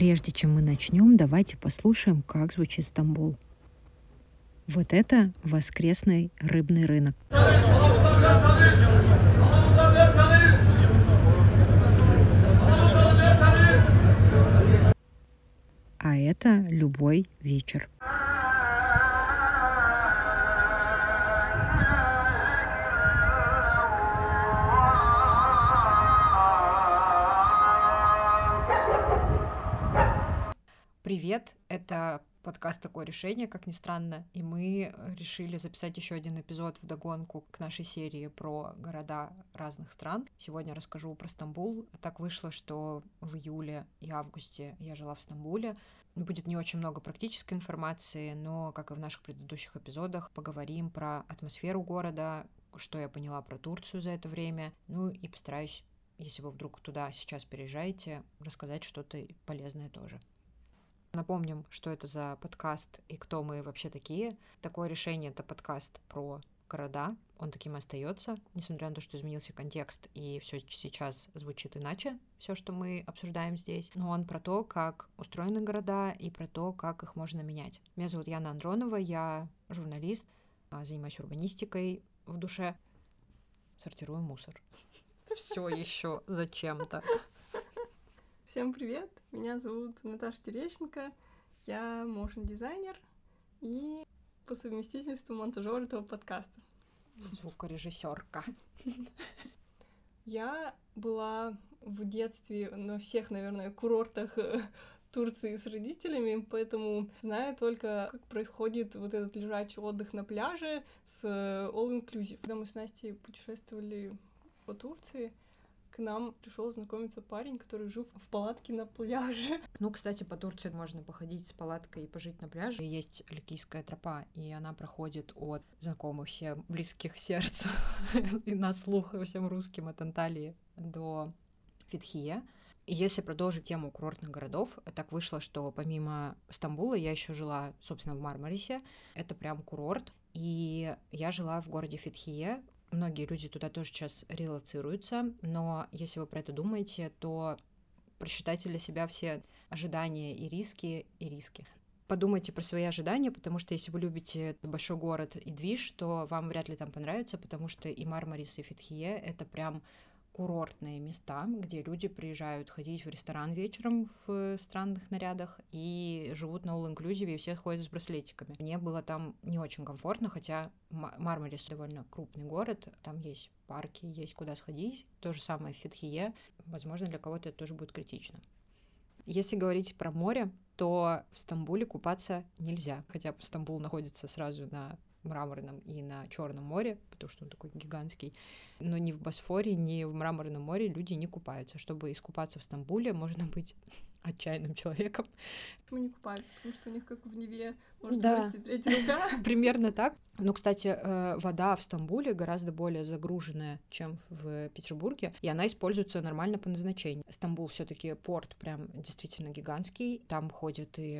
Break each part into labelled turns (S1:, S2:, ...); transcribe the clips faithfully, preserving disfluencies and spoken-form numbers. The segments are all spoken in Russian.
S1: Прежде чем мы начнем, давайте послушаем, как звучит Стамбул. Вот это воскресный рыбный рынок. А это любой вечер.
S2: Привет, это подкаст «Такое решение», как ни странно, и мы решили записать еще один эпизод вдогонку к нашей серии про города разных стран. Сегодня расскажу про Стамбул. Так вышло, что в июле и августе я жила в Стамбуле. Будет не очень много практической информации, но, как и в наших предыдущих эпизодах, поговорим про атмосферу города, что я поняла про Турцию за это время, ну и постараюсь, если вы вдруг туда сейчас переезжаете, рассказать что-то полезное тоже. Напомним, что это за подкаст и кто мы вообще такие. Такое решение — это подкаст про города. Он таким и остается, несмотря на то, что изменился контекст и все сейчас звучит иначе, все, что мы обсуждаем здесь. Но он про то, как устроены города и про то, как их можно менять. Меня зовут Яна Андронова, я журналист, занимаюсь урбанистикой в душе, сортирую мусор. Все еще зачем-то.
S3: Всем привет, меня зовут Наташа Терещенко, я моушн-дизайнер и по совместительству монтажер этого подкаста.
S2: Звукорежиссерка.
S3: Я была в детстве на всех, наверное, курортах Турции с родителями, поэтому знаю только, как происходит вот этот лежачий отдых на пляже с all-inclusive. Когда мы с Настей путешествовали по Турции, к нам пришел знакомиться парень, который жил в палатке на пляже.
S2: Ну, кстати, по Турции можно походить с палаткой и пожить на пляже. Есть Ликийская тропа, и она проходит от знакомых всем, близких сердцу и на слух всем русским от Анталии до Фетхие. И если продолжить тему курортных городов, так вышло, что помимо Стамбула я еще жила, собственно, в Мармарисе. Это прям курорт. И я жила в городе Фетхие. Многие люди туда тоже сейчас релоцируются, но если вы про это думаете, то просчитайте для себя все ожидания и риски, и риски. Подумайте про свои ожидания, потому что если вы любите большой город и движ, то вам вряд ли там понравится, потому что и Мармарис, и Фетхие — это прям курортные места, где люди приезжают ходить в ресторан вечером в странных нарядах и живут на all-inclusive, и все ходят с браслетиками. Мне было там не очень комфортно, хотя Мармарис довольно крупный город, там есть парки, есть куда сходить. То же самое в Фетхие. Возможно, для кого-то это тоже будет критично. Если говорить про море, то в Стамбуле купаться нельзя, хотя Стамбул находится сразу на Мраморном и на Черном море, потому что он такой гигантский. Но ни в Босфоре, ни в Мраморном море люди не купаются. Чтобы искупаться в Стамбуле, можно быть отчаянным человеком.
S3: Почему не купаются? Потому что у них, как в Неве, может
S2: да.
S3: вырасти третья рука. Примерно
S2: так. Но, кстати, вода в Стамбуле гораздо более загруженная, чем в Петербурге, и она используется нормально по назначению. Стамбул все-таки порт прям действительно гигантский. Там ходят и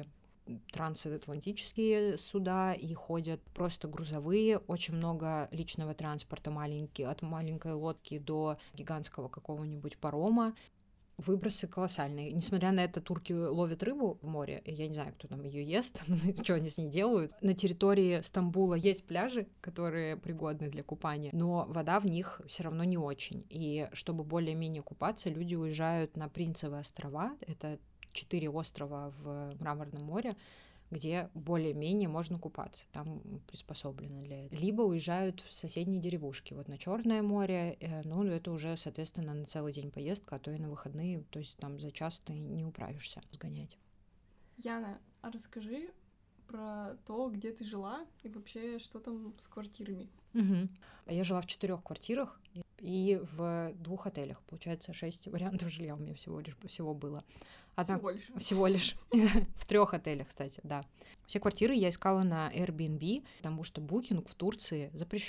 S2: трансатлантические суда, и ходят просто грузовые, очень много личного транспорта, маленький, от маленькой лодки до гигантского какого-нибудь парома. Выбросы колоссальные. Несмотря на это, турки ловят рыбу в море. Я не знаю, кто там ее ест, что они с ней делают. На территории Стамбула есть пляжи, которые пригодны для купания, но вода в них все равно не очень. И чтобы более-менее купаться, люди уезжают на Принцевы острова. Это четыре острова в Мраморном море, где более-менее можно купаться. Там приспособлено для этого. Либо уезжают в соседние деревушки. Вот на Черное море, ну, это уже, соответственно, на целый день поездка, а то и на выходные. То есть там за час ты не управишься сгонять.
S3: Яна, а расскажи про то, где ты жила, и вообще, что там с квартирами.
S2: Угу. Я жила в четырех квартирах и в двух отелях. Получается, шесть вариантов жилья у меня всего лишь всего было. Одна...
S3: Всего лишь.
S2: Всего лишь. В трех отелях, кстати, да. Все квартиры я искала на Airbnb, потому что букинг в Турции запрещен.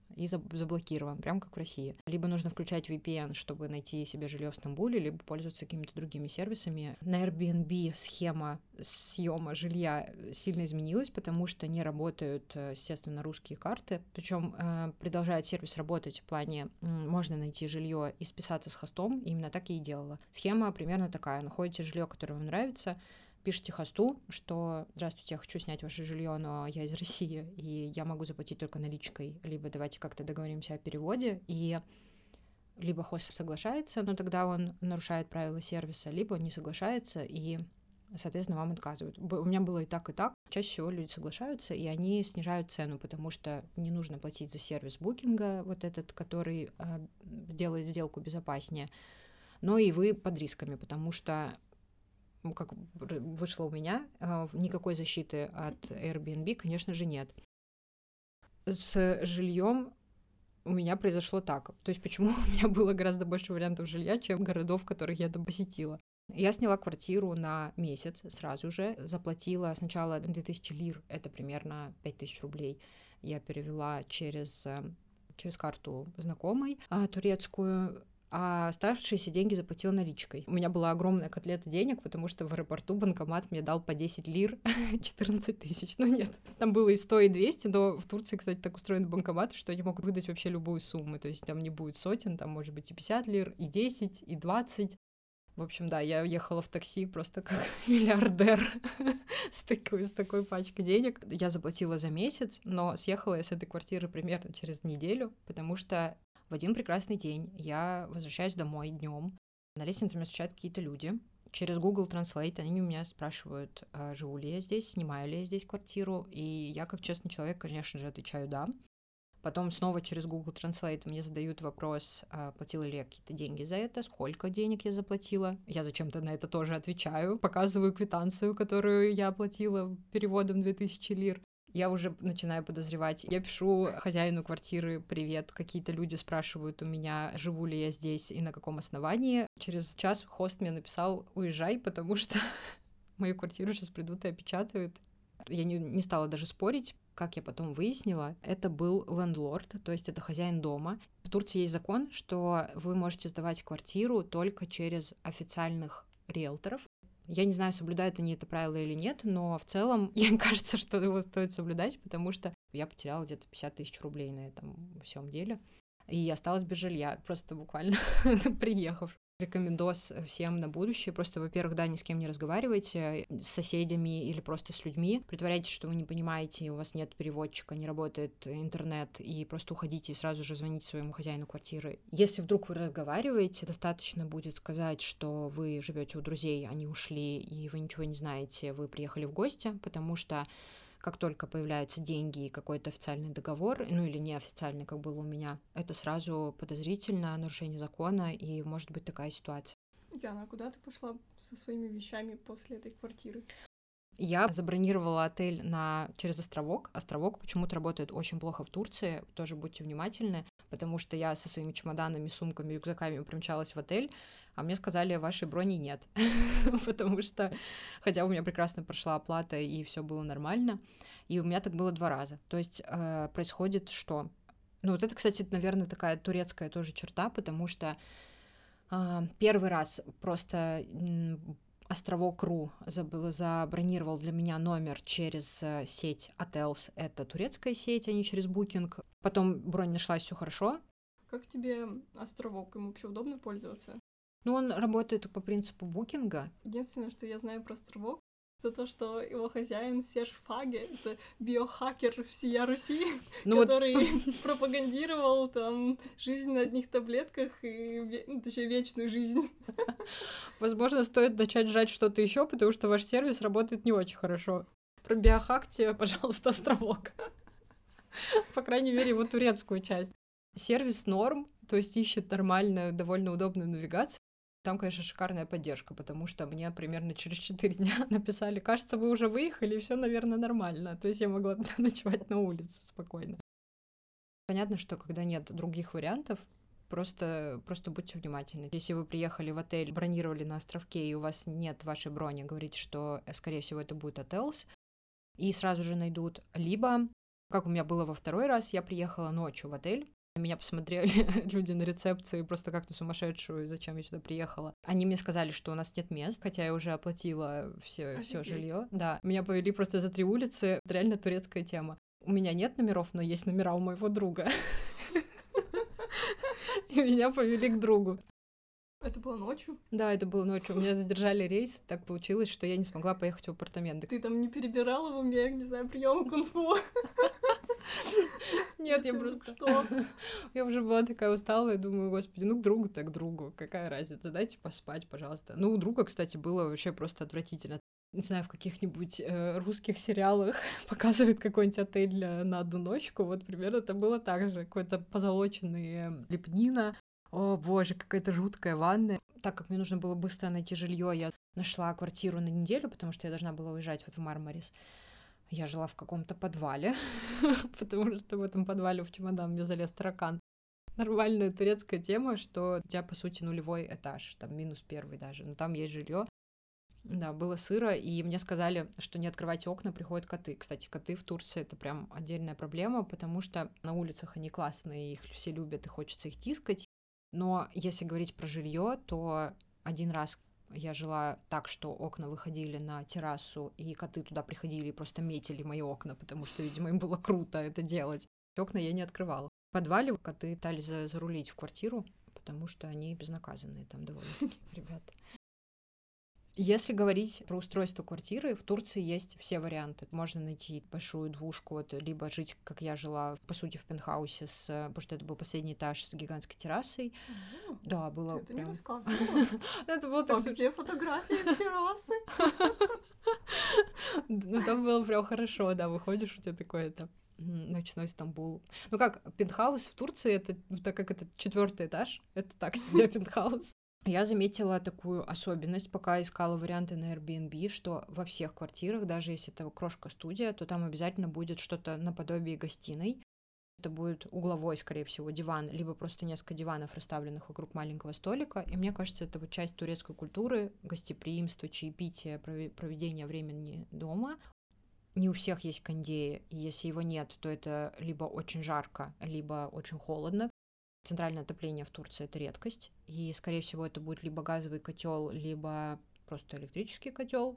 S2: и заблокирован, прям как в России. Либо нужно включать ви пи эн, чтобы найти себе жилье в Стамбуле, либо пользоваться какими-то другими сервисами. На Airbnb схема съема жилья сильно изменилась, потому что не работают, естественно, русские карты. Причем э, продолжает сервис работать в плане э, можно найти жилье и списаться с хостом. Именно так я и делала. Схема примерно такая. Находите жилье, которое вам нравится, пишите хосту, что «Здравствуйте, я хочу снять ваше жилье, но я из России, и я могу заплатить только наличкой, либо давайте как-то договоримся о переводе». И либо хост соглашается, но тогда он нарушает правила сервиса, либо он не соглашается, и, соответственно, вам отказывают. У меня было и так, и так. Чаще всего люди соглашаются, и они снижают цену, потому что не нужно платить за сервис букинга, вот этот, который э, делает сделку безопаснее, но и вы под рисками, потому что как вышло у меня, никакой защиты от Airbnb, конечно же, нет. С жильем у меня произошло так. То есть почему у меня было гораздо больше вариантов жилья, чем городов, которых я там посетила. Я сняла квартиру на месяц сразу же, заплатила сначала две тысячи лир, это примерно пять тысяч рублей. Я перевела через, через карту знакомой турецкую, а оставшиеся деньги заплатила наличкой. У меня была огромная котлета денег, потому что в аэропорту банкомат мне дал по десять лир, четырнадцать тысяч. Ну нет, там было и сто, и двести, но в Турции, кстати, так устроены банкоматы, что они могут выдать вообще любую сумму. То есть там не будет сотен, там может быть и пятьдесят лир, и десять, и двадцать. В общем, да, я ехала в такси просто как миллиардер с такой, с такой пачкой денег. Я заплатила за месяц, но съехала я с этой квартиры примерно через неделю, потому что в один прекрасный день я возвращаюсь домой днем. На лестнице меня встречают какие-то люди. Через Google Translate они меня спрашивают, живу ли я здесь, снимаю ли я здесь квартиру. И я, как честный человек, конечно же, отвечаю «да». Потом снова через Google Translate мне задают вопрос, платила ли я какие-то деньги за это, сколько денег я заплатила. Я зачем-то на это тоже отвечаю, показываю квитанцию, которую я оплатила переводом две тысячи лир. Я уже начинаю подозревать. Я пишу хозяину квартиры «Привет». Какие-то люди спрашивают у меня, живу ли я здесь и на каком основании. Через час хост мне написал «Уезжай», потому что мою квартиру сейчас придут и опечатают. Я не, не стала даже спорить. Как я потом выяснила, это был лендлорд, то есть это хозяин дома. В Турции есть закон, что вы можете сдавать квартиру только через официальных риэлторов. Я не знаю, соблюдают они это правило или нет, но в целом, мне кажется, что его стоит соблюдать, потому что я потеряла где-то пятьдесят тысяч рублей на этом всем деле. И осталась без жилья, просто буквально приехав. Рекомендую всем на будущее. Просто, во-первых, да, ни с кем не разговаривайте, с соседями или просто с людьми. Притворяйтесь, что вы не понимаете, у вас нет переводчика, не работает интернет, и просто уходите и сразу же звоните своему хозяину квартиры. Если вдруг вы разговариваете, достаточно будет сказать, что вы живете у друзей, они ушли, и вы ничего не знаете, вы приехали в гости, потому что как только появляются деньги и какой-то официальный договор, ну или неофициальный, как было у меня, это сразу подозрительно, нарушение закона, и может быть такая ситуация.
S3: Диана, а куда ты пошла со своими вещами после этой квартиры?
S2: Я забронировала отель на... через Островок. Островок почему-то работает очень плохо в Турции, тоже будьте внимательны, потому что я со своими чемоданами, сумками, рюкзаками примчалась в отель, а мне сказали, вашей брони нет, потому что, хотя у меня прекрасно прошла оплата и все было нормально, и у меня так было два раза. То есть э, происходит что? Ну вот это, кстати, наверное, такая турецкая тоже черта, потому что э, первый раз просто э, Островок.ру забронировал для меня номер через э, сеть Hotels, это турецкая сеть, а не через Booking. Потом бронь нашлась, все хорошо.
S3: Как тебе Островок? Им вообще удобно пользоваться?
S2: Ну, он работает по принципу букинга.
S3: Единственное, что я знаю про Островок, это то, что его хозяин Серж Фаге, это биохакер всея Руси, ну который вот... пропагандировал там жизнь на одних таблетках и, ну, точнее, вечную жизнь.
S2: Возможно, стоит начать жать что-то еще, потому что ваш сервис работает не очень хорошо. Про биохакте, пожалуйста, Островок. По крайней мере, его турецкую часть. Сервис норм, то есть ищет нормальную, довольно удобную навигацию. Там, конечно, шикарная поддержка, потому что мне примерно через четыре дня написали, кажется, вы уже выехали, и все, наверное, нормально. То есть я могла ночевать на улице спокойно. Понятно, что когда нет других вариантов, просто, просто будьте внимательны. Если вы приехали в отель, бронировали на островке, и у вас нет вашей брони, говорите, что, скорее всего, это будет Hotels, и сразу же найдут. Либо Как у меня было во второй раз, я приехала ночью в отель. Меня посмотрели люди на рецепции просто как-то сумасшедшую, зачем я сюда приехала. Они мне сказали, что у нас нет мест, хотя я уже оплатила все, все жилье. Да, меня повели просто за три улицы. Это реально турецкая тема. У меня нет номеров, но есть номера у моего друга. И меня повели к другу.
S3: Это было ночью?
S2: Да, это было ночью. У меня задержали рейс. Так получилось, что я не смогла поехать в апартаменты.
S3: Ты там не перебирала в уме, не знаю, прием кунг-фу?
S2: Нет, я просто...
S3: Что?
S2: Я уже была такая усталая, думаю, господи, ну к другу так к другу, какая разница, дайте поспать, пожалуйста. Ну, у друга, кстати, было вообще просто отвратительно. Не знаю, в каких-нибудь э, русских сериалах показывают какой-нибудь отель для, на одну ночку, вот примерно это было так же. Какой-то позолоченный лепнина. О, боже, какая-то жуткая ванная. Так как мне нужно было быстро найти жилье, я нашла квартиру на неделю, потому что я должна была уезжать вот в Мармарис. Я жила в каком-то подвале, потому что в этом подвале в чемодан мне залез таракан. Нормальная турецкая тема, что у тебя, по сути, нулевой этаж, там минус первый даже, но там есть жилье. Да, было сыро, и мне сказали, что не открывайте окна, приходят коты. Кстати, коты в Турции — это прям отдельная проблема, потому что на улицах они классные, их все любят и хочется их тискать. Но если говорить про жилье, то один раз я жила так, что окна выходили на террасу, и коты туда приходили и просто метили мои окна, потому что, видимо, им было круто это делать. Окна я не открывала. В подвале коты пытались зарулить в квартиру, потому что они безнаказанные там довольно-таки ребята. Если говорить про устройство квартиры, в Турции есть все варианты. Можно найти большую двушку, вот, либо жить, как я жила, по сути, в пентхаусе, с, потому что это был последний этаж с гигантской террасой.
S3: Угу.
S2: Да, было
S3: Ты это
S2: прям...
S3: не рассказывала.
S2: Это было
S3: так... А где фотографии с террасы?
S2: Ну, там было прям хорошо, да, выходишь, у тебя такой это ночной Стамбул. Ну как, пентхаус в Турции, это, так как это четвертый этаж, это так себе пентхаус. Я заметила такую особенность, пока искала варианты на Airbnb, что во всех квартирах, даже если это крошка-студия, то там обязательно будет что-то наподобие гостиной. Это будет угловой, скорее всего, диван, либо просто несколько диванов, расставленных вокруг маленького столика. И мне кажется, это вот часть турецкой культуры, гостеприимства, чаепития, проведения времени дома. Не у всех есть кондеи, и если его нет, то это либо очень жарко, либо очень холодно. Центральное отопление в Турции — это редкость, и, скорее всего, это будет либо газовый котел, либо просто электрический котел,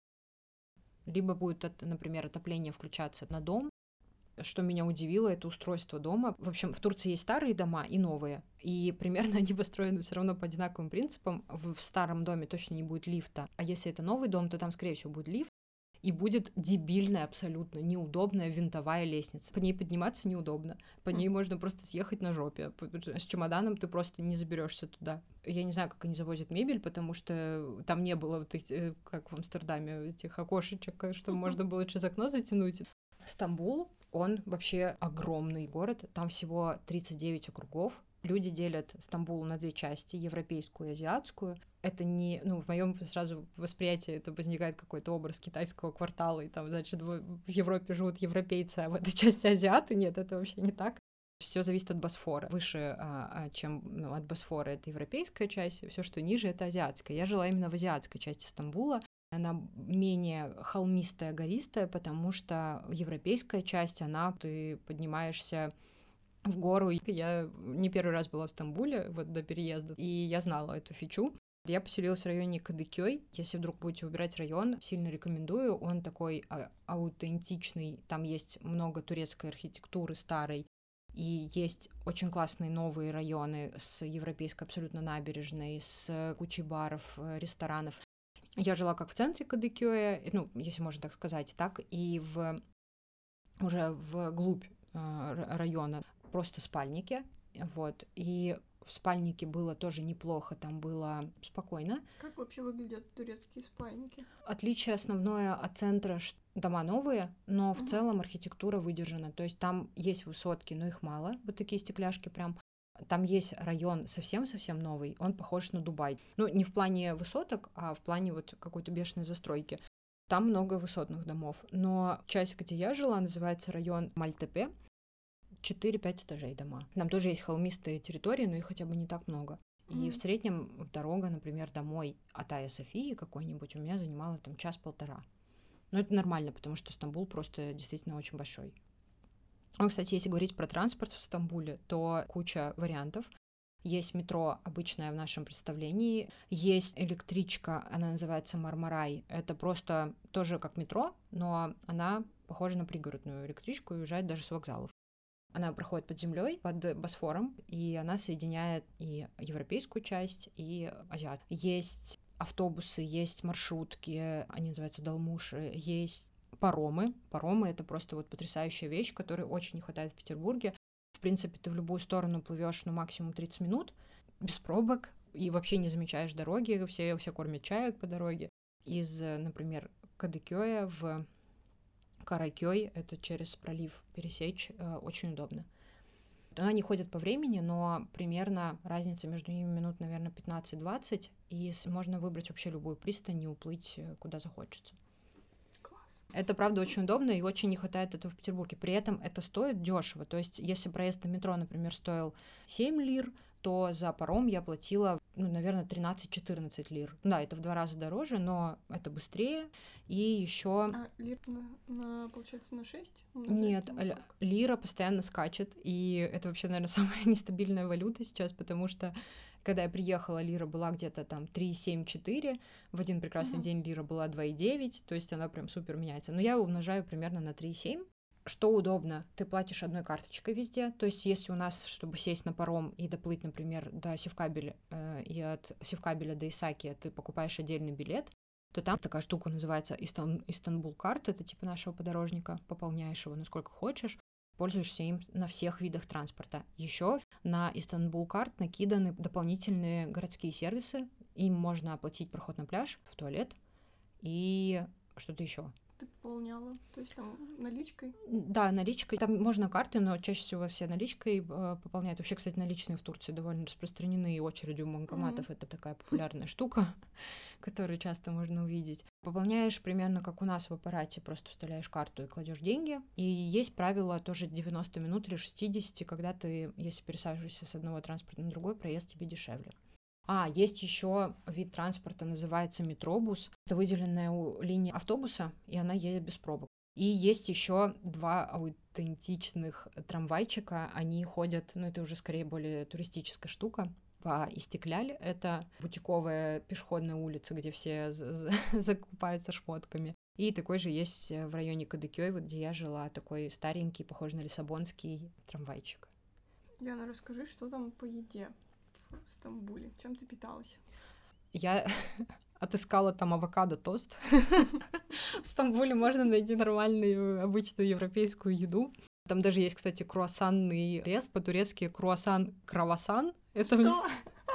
S2: либо будет, например, отопление включаться на дом. Что меня удивило, это устройство дома. В общем, в Турции есть старые дома и новые, и примерно они построены все равно по одинаковым принципам. В старом доме точно не будет лифта, а если это новый дом, то там, скорее всего, будет лифт, и будет дебильная, абсолютно неудобная винтовая лестница. По ней подниматься неудобно. По ней можно просто съехать на жопе. С чемоданом ты просто не заберешься туда. Я не знаю, как они завозят мебель, потому что там не было вот этих, как в Амстердаме, этих окошечек, чтобы можно было через окно затянуть. Стамбул, он вообще огромный город. Там всего тридцать девять округов. Люди делят Стамбул на две части, европейскую и азиатскую. Это не, ну, в моем сразу восприятии это возникает какой-то образ китайского квартала, и там, значит, в Европе живут европейцы, а в этой части азиаты. Нет, это вообще не так. Все зависит от Босфора. Выше, а, чем ну, от Босфора, это европейская часть, все, что ниже, это азиатская. Я жила именно в азиатской части Стамбула. Она менее холмистая, гористая, потому что европейская часть, она, ты поднимаешься в гору. Я не первый раз была в Стамбуле, вот до переезда, и я знала эту фичу. Я поселилась в районе Кадыкёй. Если вдруг будете выбирать район, сильно рекомендую. Он такой а- аутентичный. Там есть много турецкой архитектуры старой. И есть очень классные новые районы с европейской абсолютно набережной, с кучей баров, ресторанов. Я жила как в центре Кадыкёя, ну, если можно так сказать, так и в уже вглубь э, района. Просто спальники, вот, и в спальнике было тоже неплохо, там было спокойно.
S3: Как вообще выглядят турецкие спальники?
S2: Отличие основное от центра, что дома новые, но в
S3: uh-huh.
S2: целом архитектура выдержана, то есть там есть высотки, но их мало, вот такие стекляшки прям. Там есть район совсем-совсем новый, он похож на Дубай. Ну, не в плане высоток, а в плане вот какой-то бешеной застройки. Там много высотных домов, но часть, где я жила, называется район Мальтепе. четыре-пять этажей дома. Там тоже есть холмистые территории, но их хотя бы не так много. Mm-hmm. И в среднем дорога, например, домой от Айя Софии какой-нибудь у меня занимала там час-полтора. Но это нормально, потому что Стамбул просто действительно очень большой. Ну, кстати, если говорить про транспорт в Стамбуле, то куча вариантов. Есть метро обычное в нашем представлении, есть электричка, она называется Мармарай. Это просто тоже как метро, но она похожа на пригородную электричку и уезжает даже с вокзалов. Она проходит под землей, под Босфором, и она соединяет и европейскую часть, и азиат. Есть автобусы, есть маршрутки, они называются долмуши, есть паромы. Паромы — это просто вот потрясающая вещь, которой очень не хватает в Петербурге. В принципе, ты в любую сторону плывешь, ну, максимум тридцать минут, без пробок, и вообще не замечаешь дороги, все, все кормят чаек по дороге. Из, например, Кадыкёя в Каракёй, это через пролив пересечь, очень удобно. Они ходят по времени, но примерно разница между ними минут, наверное, пятнадцать-двадцать, и можно выбрать вообще любую пристань и уплыть куда захочется. Это, правда, очень удобно, и очень не хватает этого в Петербурге. При этом это стоит дешево. То есть, если проезд на метро, например, стоил семь лир, то за паром я платила, ну, наверное, тринадцать-четырнадцать лир. Да, это в два раза дороже, но это быстрее. И еще.
S3: А лир, на, на, получается, на шесть?
S2: Нет, л- лира постоянно скачет, и это вообще, наверное, самая нестабильная валюта сейчас, потому что когда я приехала, лира была где-то там три семь четыре, в один прекрасный uh-huh. день лира была два девять, то есть она прям супер меняется. Но я умножаю примерно на три семь. Что удобно, ты платишь одной карточкой везде, то есть если у нас, чтобы сесть на паром и доплыть, например, до Севкабеля, э, и от Севкабеля до Исаки ты покупаешь отдельный билет, то там такая штука называется Истан- Истанбул-карт, это типа нашего подорожника, пополняешь его насколько хочешь, пользуешься им на всех видах транспорта. Еще на Истанбул-карт накиданы дополнительные городские сервисы, им можно оплатить проход на пляж, в туалет и что-то еще.
S3: Ты пополняла? То есть там наличкой?
S2: Да, наличкой. Там можно карты, но чаще всего все наличкой э, пополняют. Вообще, кстати, наличные в Турции довольно распространены, и очередью банкоматов mm-hmm. это такая популярная штука, которую часто можно увидеть. Пополняешь примерно как у нас в аппарате, просто вставляешь карту и кладешь деньги. И есть правило тоже девяносто минут или шестьдесят, когда ты, если пересаживаешься с одного транспорта на другой, проезд тебе дешевле. А, есть еще вид транспорта, называется метробус. Это выделенная линия автобуса, и она едет без пробок. И есть еще два аутентичных трамвайчика. Они ходят, ну это уже скорее более туристическая штука, по Истекляль. Это бутиковая пешеходная улица, где все закупаются шмотками. И такой же есть в районе Кадыкёй, вот где я жила, такой старенький, похожий на лиссабонский трамвайчик.
S3: Яна, расскажи, что там по еде в Стамбуле? Чем ты питалась?
S2: Я отыскала там авокадо-тост. В Стамбуле можно найти нормальную, обычную европейскую еду. Там даже есть, кстати, круассанный рест, по-турецки круассан-кравасан. Это...
S3: Что?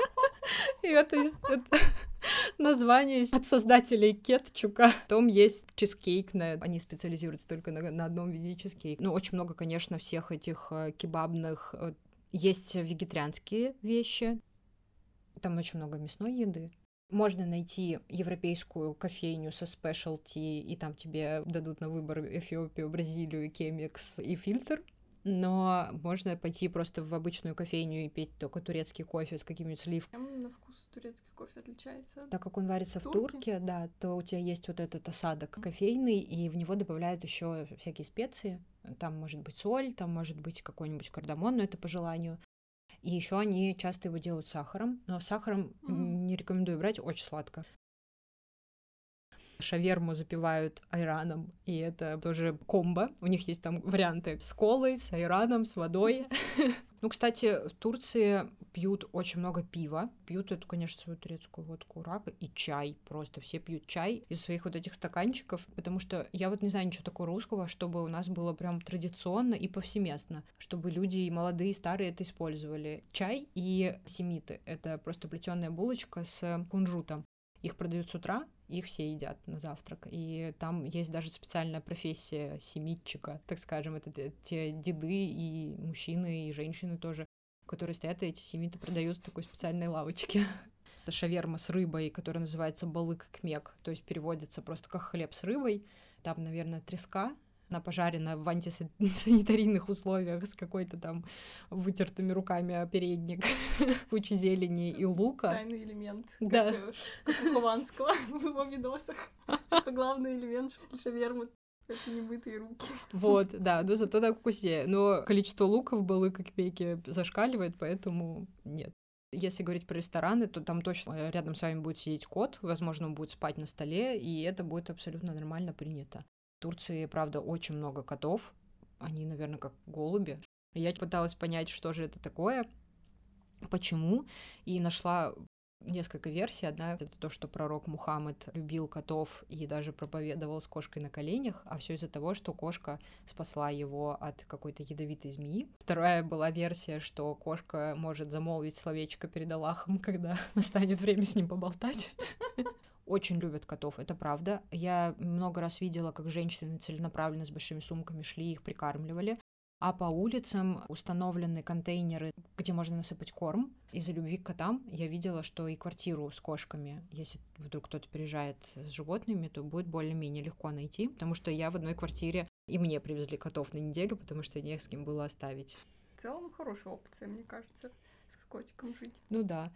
S2: И это, это название от создателей кетчука. Потом есть чизкейк, на... они специализируются только на, на одном виде чизкейк. Ну, очень много, конечно, всех этих кебабных. Есть вегетарианские вещи. Там очень много мясной еды. Можно найти европейскую кофейню со спешлти, и там тебе дадут на выбор Эфиопию, Бразилию, Кемикс и фильтр. Но можно пойти просто в обычную кофейню и пить только турецкий кофе с каким-нибудь сливками.
S3: Чем на вкус турецкий кофе отличается?
S2: Так как он варится
S3: Турки?
S2: в турке, да, то у тебя есть вот этот осадок кофейный, и в него добавляют еще всякие специи. Там может быть соль, там может быть какой-нибудь кардамон, но это по желанию. И еще они часто его делают с сахаром, но с сахаром mm. не рекомендую брать, очень сладко. Шаверму запивают айраном, и это тоже комбо. У них есть там варианты с колой, с айраном, с водой. Ну, кстати, в Турции пьют очень много пива. Пьют эту, конечно, свою турецкую водку рак и чай. Просто все пьют чай из своих вот этих стаканчиков, потому что я вот не знаю ничего такого русского, чтобы у нас было прям традиционно и повсеместно, чтобы люди и молодые, и старые это использовали. Чай и семиты — это просто плетёная булочка с кунжутом. Их продают с утра, их все едят на завтрак. И там есть даже специальная профессия семитчика, так скажем. Это те деды и мужчины, и женщины тоже, которые стоят и эти семиты продают в такой специальной лавочке. Это шаверма с рыбой, которая называется балык-кмек, то есть переводится просто как хлеб с рыбой. Там, наверное, треска. Она пожарена в антисанитарийных условиях с какой-то там вытертыми руками передник, куча зелени и лука.
S3: Тайный элемент,
S2: да.
S3: как, как у Хованского в его видосах. Типа главный элемент шавермы. Это немытые руки.
S2: Вот, да, но зато так вкуснее. Но количество луков, балык и копейки зашкаливает, поэтому нет. Если говорить про рестораны, то там точно рядом с вами будет сидеть кот, возможно, он будет спать на столе, и это будет абсолютно нормально принято. В Турции, правда, очень много котов, они, наверное, как голуби. Я пыталась понять, что же это такое, почему, и нашла несколько версий. Одна — это то, что пророк Мухаммед любил котов и даже проповедовал с кошкой на коленях, а все из-за того, что кошка спасла его от какой-то ядовитой змеи. Вторая была версия, что кошка может замолвить словечко перед Аллахом, когда настанет время с ним поболтать. Очень любят котов, это правда. Я много раз видела, как женщины целенаправленно с большими сумками шли, их прикармливали. А по улицам установлены контейнеры, где можно насыпать корм. Из-за любви к котам я видела, что и квартиру с кошками, если вдруг кто-то приезжает с животными, то будет более-менее легко найти, потому что я в одной квартире, и мне привезли котов на неделю, потому что не с кем было оставить.
S3: В целом хорошая опция, мне кажется, с котиком жить.
S2: Ну да.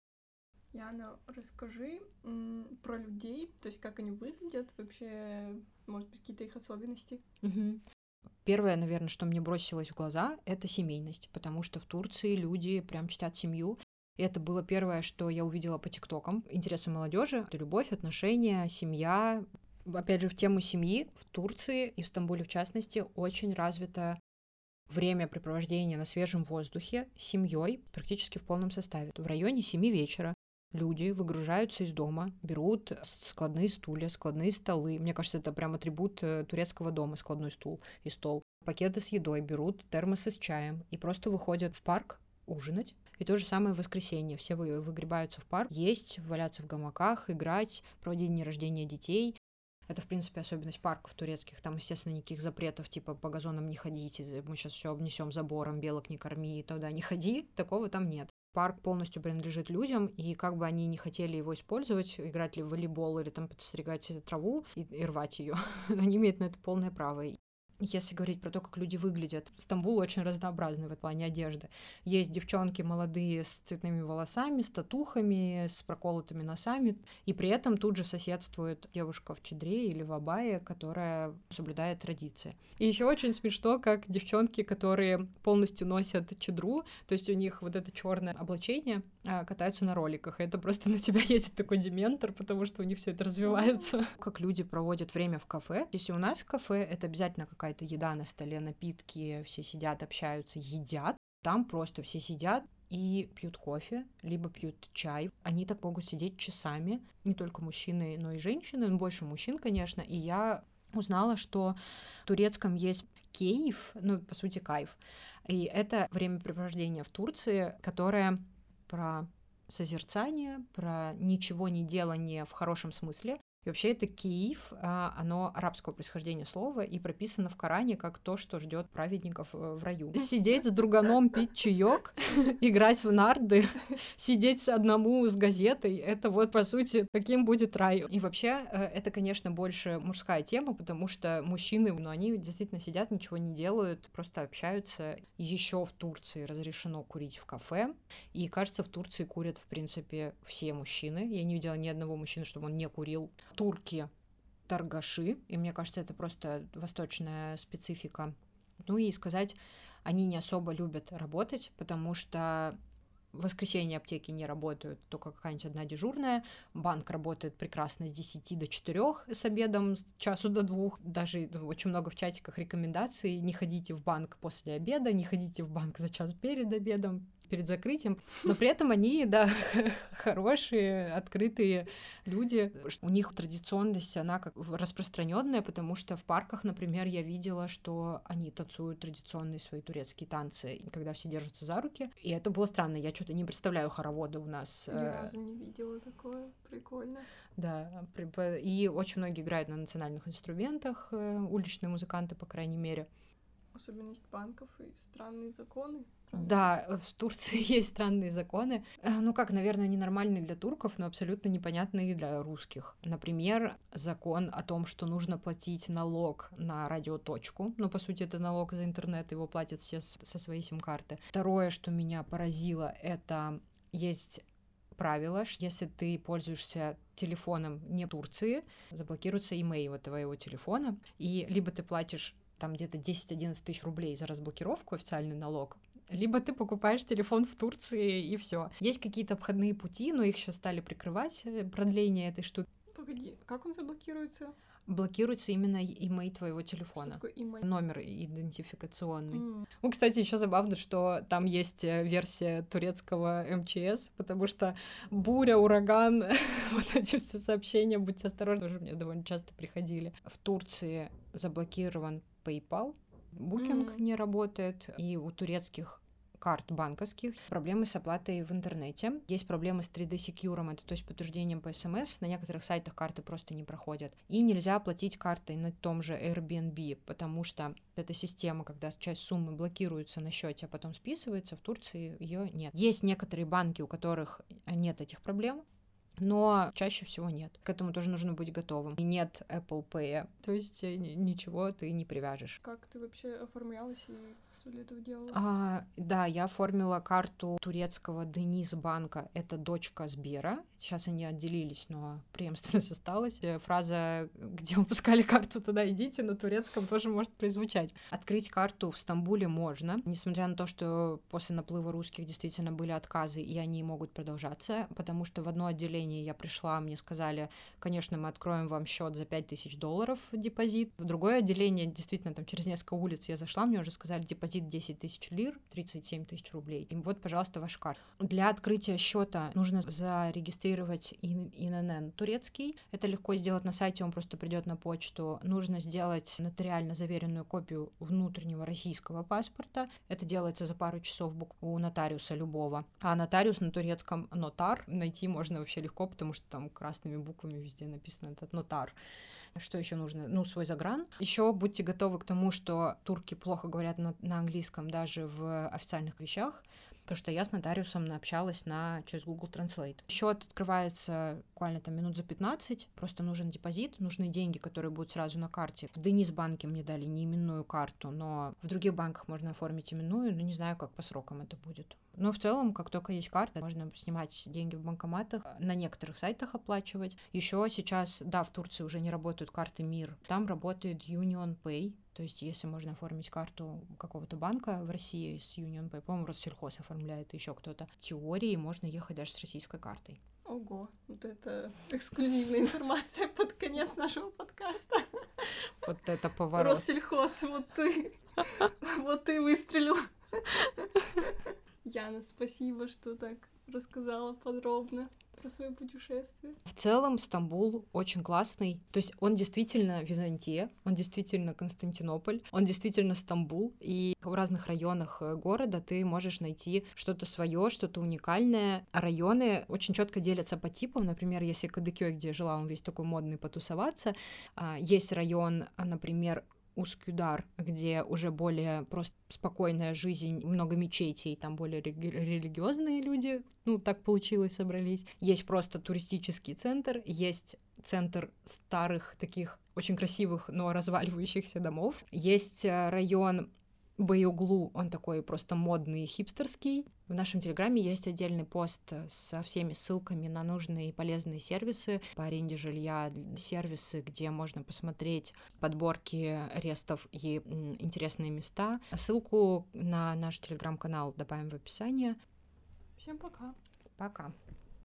S3: Яна, расскажи м, про людей, то есть как они выглядят, вообще, может быть, какие-то их особенности.
S2: Угу. Первое, наверное, что мне бросилось в глаза, это семейность, потому что в Турции люди прям чтят семью. И это было первое, что я увидела по ТикТокам. Интересы молодежи, любовь, отношения, семья. Опять же, в тему семьи в Турции и в Стамбуле, в частности, очень развито времяпрепровождение на свежем воздухе с семьей практически в полном составе. В районе семи вечера люди выгружаются из дома, берут складные стулья, складные столы. Мне кажется, это прям атрибут турецкого дома, складной стул и стол. Пакеты с едой, берут термосы с чаем и просто выходят в парк ужинать. И то же самое в воскресенье. Все выгребаются в парк, есть, валяться в гамаках, играть, проводить дни рождения детей. Это, в принципе, особенность парков турецких. Там, естественно, никаких запретов, типа по газонам не ходите, мы сейчас все обнесем забором, белок не корми, туда не ходи. Такого там нет. Парк полностью принадлежит людям, и как бы они не хотели его использовать, играть ли в волейбол или там подстригать траву и, и рвать ее, они имеют на это полное право. Если говорить про то, как люди выглядят, Стамбул очень разнообразный в плане одежды. Есть девчонки молодые с цветными волосами, с татухами, с проколотыми носами, и при этом тут же соседствует девушка в чадре или в абае, которая соблюдает традиции. И еще очень смешно, как девчонки, которые полностью носят чадру, то есть у них вот это черное облачение, катаются на роликах. Это просто на тебя едет такой дементор, потому что у них все это развивается. Как люди проводят время в кафе. Если у нас в кафе, это обязательно какая-то еда на столе, напитки, все сидят, общаются, едят. Там просто все сидят и пьют кофе, либо пьют чай. Они так могут сидеть часами. Не только мужчины, но и женщины. Но больше мужчин, конечно. И я узнала, что в турецком есть кейф, ну, по сути, кайф. И это времяпрепровождение в Турции, которое про созерцание, про ничего не делание в хорошем смысле. И вообще это кииф, оно арабского происхождения слова и прописано в Коране как то, что ждет праведников в раю. Сидеть с друганом, пить чаек, играть в нарды, сидеть одному с газетой, это вот, по сути, таким будет рай. И вообще это, конечно, больше мужская тема, потому что мужчины, ну, они действительно сидят, ничего не делают, просто общаются. Еще в Турции разрешено курить в кафе, и, кажется, в Турции курят, в принципе, все мужчины. Я не видела ни одного мужчины, чтобы он не курил. Турки — торгаши, и мне кажется, это просто восточная специфика. Ну и сказать, они не особо любят работать, потому что в воскресенье аптеки не работают, только какая-нибудь одна дежурная. Банк работает прекрасно с десяти до четырёх с обедом, с часу до двух. Даже очень много в чатиках рекомендаций: не ходите в банк после обеда, не ходите в банк за час перед обедом, перед закрытием. Но при этом они, да, хорошие, открытые люди. У них традиционность, она как распространенная, потому что в парках, например, я видела, что они танцуют традиционные свои турецкие танцы, когда все держатся за руки. И это было странно. Я что-то не представляю хоровода у нас.
S3: Ни разу не видела такое. Прикольно.
S2: Да, и очень многие играют на национальных инструментах, уличные музыканты, по крайней мере.
S3: Особенность банков и странные законы. Правда?
S2: Да, в Турции есть странные законы. Ну как, наверное, ненормальные для турков, но абсолютно непонятные для русских. Например, закон о том, что нужно платить налог на радиоточку. Ну, по сути, это налог за интернет, его платят все со своей сим-карты. Второе, что меня поразило, это есть правило, что если ты пользуешься телефоном не Турции, заблокируется имейл твоего телефона, и либо ты платишь там где-то десять-одиннадцать тысяч рублей за разблокировку, официальный налог, либо ты покупаешь телефон в Турции, и все. Есть какие-то обходные пути, но их сейчас стали прикрывать, продление этой штуки.
S3: Погоди, как он заблокируется?
S2: Блокируется именно имей твоего телефона.
S3: Что такое имей?
S2: Номер идентификационный.
S3: Mm.
S2: Ну, кстати, еще забавно, что там есть версия турецкого эм че эс, потому что буря, ураган, вот эти все сообщения, будьте осторожны, уже мне довольно часто приходили. В Турции заблокирован PayPal, Booking
S3: Mm.
S2: не работает, и у турецких карт банковских, проблемы с оплатой в интернете. Есть проблемы с три дэ Secure, это то есть подтверждением по СМС. На некоторых сайтах карты просто не проходят. И нельзя оплатить картой на том же Airbnb, потому что эта система, когда часть суммы блокируется на счете, а потом списывается, в Турции ее нет. Есть некоторые банки, у которых нет этих проблем, но чаще всего нет. К этому тоже нужно быть готовым. И нет Apple Pay, то есть ничего ты не привяжешь.
S3: Как ты вообще оформлялась и что для этого делала?
S2: А, да, я оформила карту турецкого Денис банка. Это дочка Сбера. Сейчас они отделились, но преемственность осталась. Фраза «где выпускали карту, туда идите» на турецком тоже может прозвучать. Открыть карту в Стамбуле можно, несмотря на то, что после наплыва русских действительно были отказы, и они могут продолжаться, потому что в одно отделение я пришла, мне сказали, конечно, мы откроем вам счет за пять тысяч долларов депозит. В другое отделение, действительно, там через несколько улиц я зашла, мне уже сказали депозит десять тысяч лир, тридцать семь тысяч рублей. И вот, пожалуйста, ваша карта. Для открытия счета нужно зарегистрировать ин эн эн турецкий. Это легко сделать на сайте, он просто придет на почту. Нужно сделать нотариально заверенную копию внутреннего российского паспорта. Это делается за пару часов у нотариуса любого. А нотариус на турецком нотар найти можно вообще легко, потому что там красными буквами везде написано этот нотар. Что еще нужно? Ну, свой загран. Еще будьте готовы к тому, что турки плохо говорят на, на английском даже в официальных вещах, потому что я с нотариусом общалась на, через Google Translate. Счет открывается буквально там минут за пятнадцать, просто нужен депозит, нужны деньги, которые будут сразу на карте. В Денис банке мне дали не именную карту, но в других банках можно оформить именную, но не знаю, как по срокам это будет. Но в целом, как только есть карта, можно снимать деньги в банкоматах, на некоторых сайтах оплачивать. Еще сейчас, да, в Турции уже не работают карты МИР, там работает Union Pay. То есть, если можно оформить карту какого-то банка в России с Union Pay, по-моему, Россельхоз оформляет, еще кто-то. В теории можно ехать даже с российской картой.
S3: Ого, вот это эксклюзивная информация под конец нашего подкаста.
S2: Вот это поворот.
S3: Россельхоз, вот ты, вот ты выстрелил. Яна, спасибо, что так рассказала подробно про свое путешествие.
S2: В целом Стамбул очень классный. То есть он действительно Византия, он действительно Константинополь, он действительно Стамбул. И в разных районах города ты можешь найти что-то свое, что-то уникальное. А районы очень четко делятся по типам. Например, если Кадыкёй, где я жила, он весь такой модный потусоваться. Есть район, например, Ускюдар, где уже более просто спокойная жизнь, много мечетей, там более религиозные люди, ну, так получилось, собрались. Есть просто туристический центр, есть центр старых таких очень красивых, но разваливающихся домов. Есть район Бейоглу, он такой просто модный, хипстерский. В нашем телеграме есть отдельный пост со всеми ссылками на нужные и полезные сервисы по аренде жилья, сервисы, где можно посмотреть подборки рестов и м, интересные места. Ссылку на наш телеграм-канал добавим в описание.
S3: Всем пока.
S2: Пока.